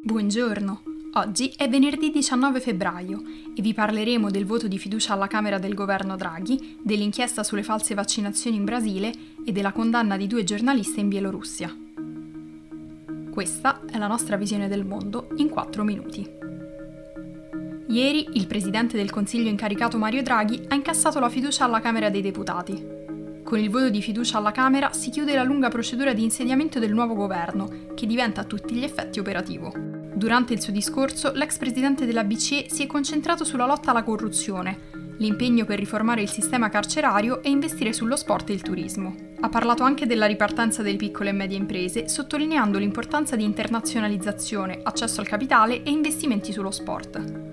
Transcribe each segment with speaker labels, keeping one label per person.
Speaker 1: Buongiorno, oggi è venerdì 19 febbraio e vi parleremo del voto di fiducia alla Camera del governo Draghi, dell'inchiesta sulle false vaccinazioni in Brasile e della condanna di 2 giornaliste in Bielorussia. Questa è la nostra visione del mondo in 4 minuti. Ieri il presidente del Consiglio incaricato Mario Draghi ha incassato la fiducia alla Camera dei Deputati. Con il voto di fiducia alla Camera si chiude la lunga procedura di insediamento del nuovo governo, che diventa a tutti gli effetti operativo. Durante il suo discorso, l'ex presidente della BCE si è concentrato sulla lotta alla corruzione, l'impegno per riformare il sistema carcerario e investire sullo sport e il turismo. Ha parlato anche della ripartenza delle piccole e medie imprese, sottolineando l'importanza di internazionalizzazione, accesso al capitale e investimenti sullo sport.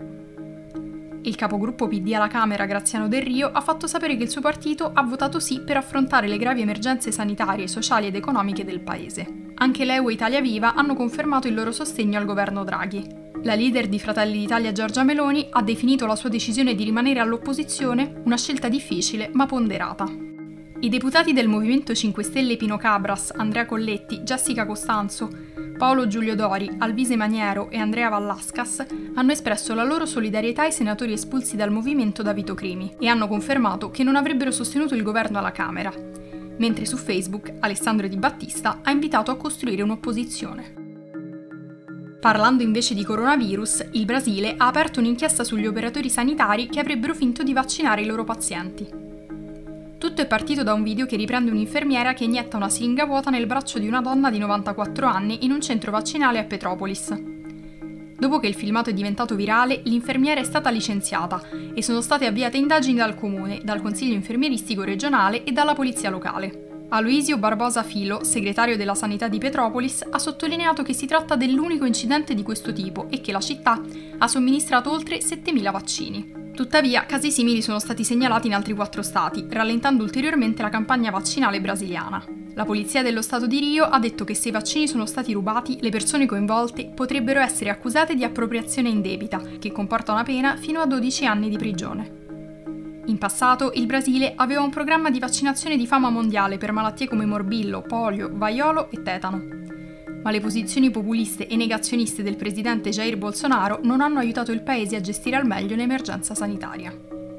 Speaker 1: Il capogruppo PD alla Camera, Graziano Del Rio, ha fatto sapere che il suo partito ha votato sì per affrontare le gravi emergenze sanitarie, sociali ed economiche del paese. Anche l'EU e Italia Viva hanno confermato il loro sostegno al governo Draghi. La leader di Fratelli d'Italia Giorgia Meloni ha definito la sua decisione di rimanere all'opposizione una scelta difficile ma ponderata. I deputati del Movimento 5 Stelle Pino Cabras, Andrea Colletti, Jessica Costanzo, Paolo Giulio Dori, Alvise Maniero e Andrea Vallascas hanno espresso la loro solidarietà ai senatori espulsi dal movimento da Vito Crimi e hanno confermato che non avrebbero sostenuto il governo alla Camera, mentre su Facebook Alessandro Di Battista ha invitato a costruire un'opposizione. Parlando invece di coronavirus, il Brasile ha aperto un'inchiesta sugli operatori sanitari che avrebbero finto di vaccinare i loro pazienti. Tutto è partito da un video che riprende un'infermiera che inietta una siringa vuota nel braccio di una donna di 94 anni in un centro vaccinale a Petrópolis. Dopo che il filmato è diventato virale, l'infermiera è stata licenziata e sono state avviate indagini dal comune, dal consiglio infermieristico regionale e dalla polizia locale. Aloisio Barbosa Filo, segretario della sanità di Petrópolis, ha sottolineato che si tratta dell'unico incidente di questo tipo e che la città ha somministrato oltre 7.000 vaccini. Tuttavia, casi simili sono stati segnalati in altri 4 stati, rallentando ulteriormente la campagna vaccinale brasiliana. La polizia dello Stato di Rio ha detto che se i vaccini sono stati rubati, le persone coinvolte potrebbero essere accusate di appropriazione indebita, che comporta una pena fino a 12 anni di prigione. In passato, il Brasile aveva un programma di vaccinazione di fama mondiale per malattie come morbillo, polio, vaiolo e tetano. Ma le posizioni populiste e negazioniste del presidente Jair Bolsonaro non hanno aiutato il paese a gestire al meglio l'emergenza sanitaria.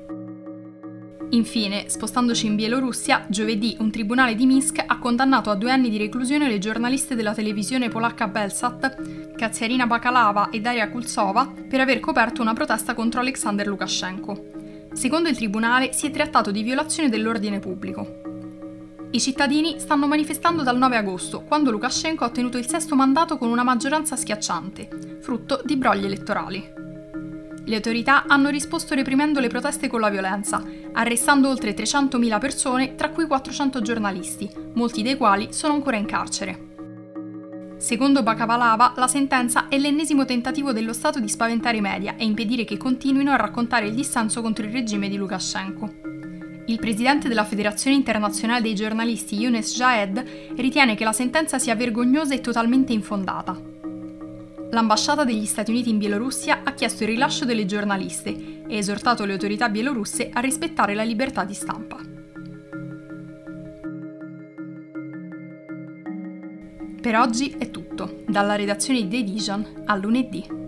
Speaker 1: Infine, spostandoci in Bielorussia, giovedì un tribunale di Minsk ha condannato a 2 anni di reclusione le giornaliste della televisione polacca Belsat, Katsiarina Bakalava e Daria Kultsova, per aver coperto una protesta contro Alexander Lukashenko. Secondo il tribunale si è trattato di violazione dell'ordine pubblico. I cittadini stanno manifestando dal 9 agosto, quando Lukashenko ha ottenuto il 6º mandato con una maggioranza schiacciante, frutto di brogli elettorali. Le autorità hanno risposto reprimendo le proteste con la violenza, arrestando oltre 300.000 persone, tra cui 400 giornalisti, molti dei quali sono ancora in carcere. Secondo Bakalava, la sentenza è l'ennesimo tentativo dello Stato di spaventare i media e impedire che continuino a raccontare il dissenso contro il regime di Lukashenko. Il presidente della Federazione Internazionale dei Giornalisti, Younes Jaed, ritiene che la sentenza sia vergognosa e totalmente infondata. L'ambasciata degli Stati Uniti in Bielorussia ha chiesto il rilascio delle giornaliste e esortato le autorità bielorusse a rispettare la libertà di stampa. Per oggi è tutto, dalla redazione di The Vision a lunedì.